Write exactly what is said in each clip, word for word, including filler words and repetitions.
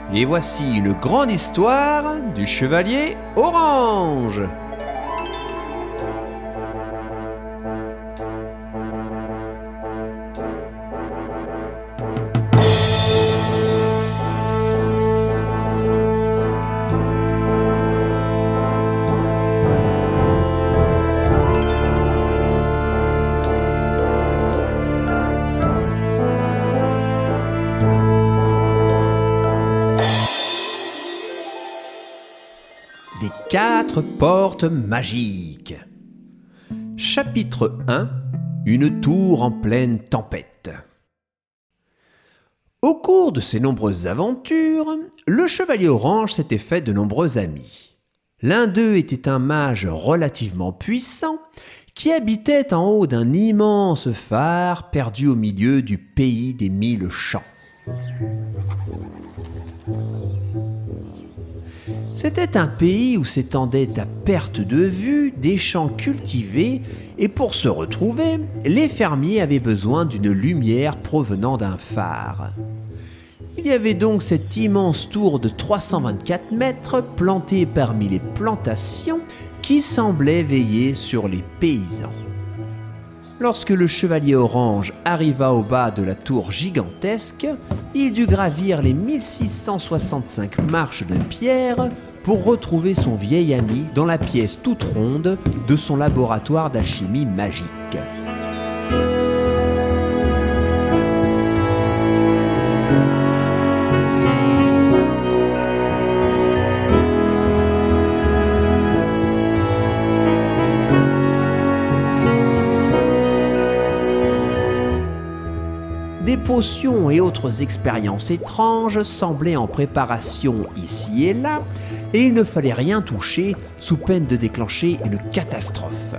Et voici une grande histoire du chevalier orange. Les quatre portes magiques. Chapitre un. Une tour en pleine tempête. Au cours de ses nombreuses aventures, le chevalier orange s'était fait de nombreux amis. L'un d'eux était un mage relativement puissant qui habitait en haut d'un immense phare perdu au milieu du pays des mille champs. C'était un pays où s'étendaient à perte de vue des champs cultivés et pour se retrouver, les fermiers avaient besoin d'une lumière provenant d'un phare. Il y avait donc cette immense tour de trois cent vingt-quatre mètres plantée parmi les plantations qui semblait veiller sur les paysans. Lorsque le chevalier orange arriva au bas de la tour gigantesque, il dut gravir les mille six cent soixante-cinq marches de pierre pour retrouver son vieil ami dans la pièce toute ronde de son laboratoire d'alchimie magique. Des potions et autres expériences étranges semblaient en préparation ici et là, et il ne fallait rien toucher sous peine de déclencher une catastrophe.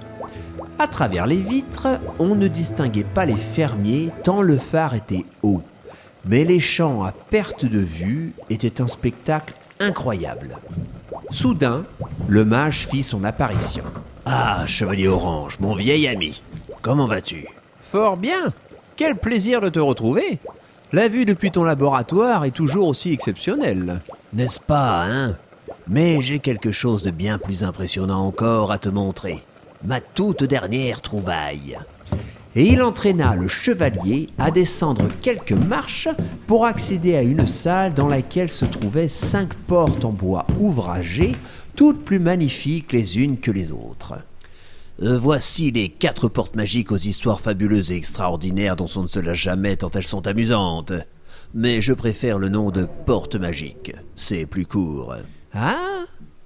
À travers les vitres, on ne distinguait pas les fermiers tant le phare était haut, mais les champs à perte de vue étaient un spectacle incroyable. Soudain, le mage fit son apparition. « Ah, chevalier orange, mon vieil ami, comment vas-tu ?»« Fort bien. Quel plaisir de te retrouver. La vue depuis ton laboratoire est toujours aussi exceptionnelle. » « N'est-ce pas, hein ? Mais j'ai quelque chose de bien plus impressionnant encore à te montrer. Ma toute dernière trouvaille. » Et il entraîna le chevalier à descendre quelques marches pour accéder à une salle dans laquelle se trouvaient cinq portes en bois ouvragé, toutes plus magnifiques les unes que les autres. Euh, voici les quatre portes magiques aux histoires fabuleuses et extraordinaires dont on ne se lasse jamais tant elles sont amusantes. Mais je préfère le nom de portes magiques. C'est plus court. Ah ?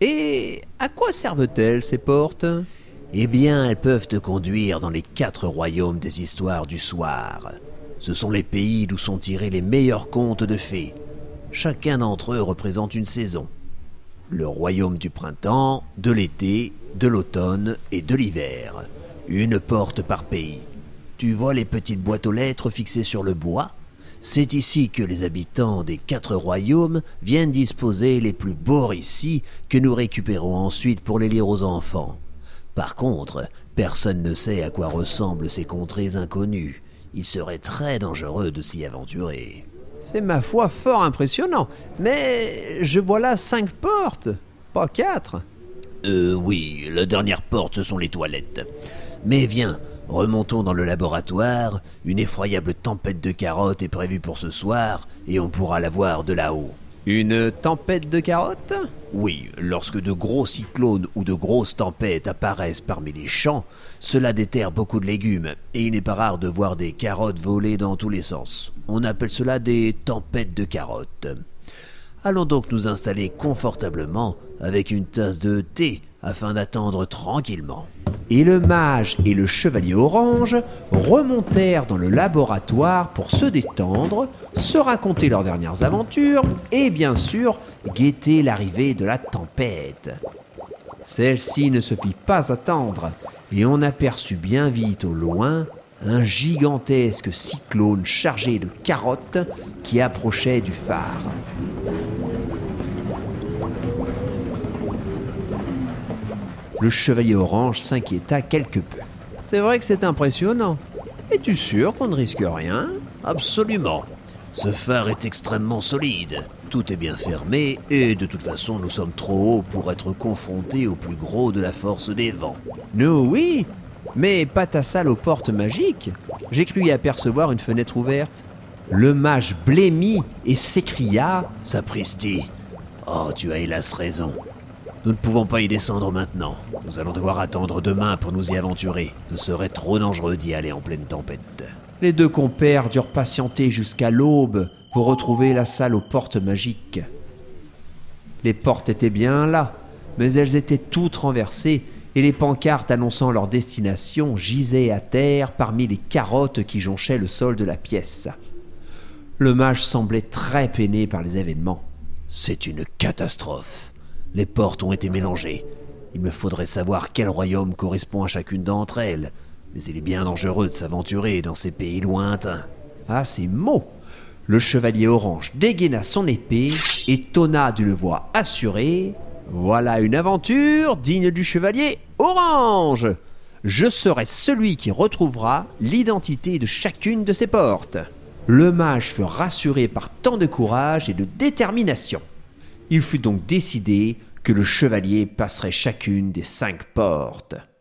Et à quoi servent-elles, ces portes ? Eh bien, elles peuvent te conduire dans les quatre royaumes des histoires du soir. Ce sont les pays d'où sont tirés les meilleurs contes de fées. Chacun d'entre eux représente une saison. Le royaume du printemps, de l'été, de l'automne et de l'hiver. Une porte par pays. Tu vois les petites boîtes aux lettres fixées sur le bois ? C'est ici que les habitants des quatre royaumes viennent disposer les plus beaux récits que nous récupérons ensuite pour les lire aux enfants. Par contre, personne ne sait à quoi ressemblent ces contrées inconnues. Il serait très dangereux de s'y aventurer. C'est ma foi fort impressionnant, mais je vois là cinq portes, pas quatre. Euh, oui, la dernière porte, ce sont les toilettes. Mais viens, remontons dans le laboratoire, une effroyable tempête de carottes est prévue pour ce soir, et on pourra la voir de là-haut. Une tempête de carottes ? Oui, lorsque de gros cyclones ou de grosses tempêtes apparaissent parmi les champs, cela déterre beaucoup de légumes, et il n'est pas rare de voir des carottes voler dans tous les sens. On appelle cela des tempêtes de carottes. Allons donc nous installer confortablement avec une tasse de thé afin d'attendre tranquillement. Et le mage et le chevalier orange remontèrent dans le laboratoire pour se détendre, se raconter leurs dernières aventures et bien sûr guetter l'arrivée de la tempête. Celle-ci ne se fit pas attendre et on aperçut bien vite au loin un gigantesque cyclone chargé de carottes qui approchait du phare. Le chevalier orange s'inquiéta quelque peu. C'est vrai que c'est impressionnant. Es-tu sûr qu'on ne risque rien ? Absolument. Ce phare est extrêmement solide. Tout est bien fermé et de toute façon nous sommes trop hauts pour être confrontés au plus gros de la force des vents. Nous, oui, mais pas ta salle aux portes magiques. J'ai cru y apercevoir une fenêtre ouverte. Le mage blêmit et s'écria « Sapristi, oh tu as hélas raison. Nous ne pouvons pas y descendre maintenant. Nous allons devoir attendre demain pour nous y aventurer. Ce serait trop dangereux d'y aller en pleine tempête. » Les deux compères durent patienter jusqu'à l'aube pour retrouver la salle aux portes magiques. Les portes étaient bien là, mais elles étaient toutes renversées et les pancartes annonçant leur destination gisaient à terre parmi les carottes qui jonchaient le sol de la pièce. Le mage semblait très peiné par les événements. « C'est une catastrophe. Les portes ont été mélangées. Il me faudrait savoir quel royaume correspond à chacune d'entre elles. Mais il est bien dangereux de s'aventurer dans ces pays lointains. » À ces mots, le chevalier orange dégaina son épée et tonna d'une voix assurée « Voilà une aventure digne du chevalier orange. Je serai celui qui retrouvera l'identité de chacune de ces portes. » Le mage fut rassuré par tant de courage et de détermination. Il fut donc décidé que le chevalier passerait chacune des cinq portes.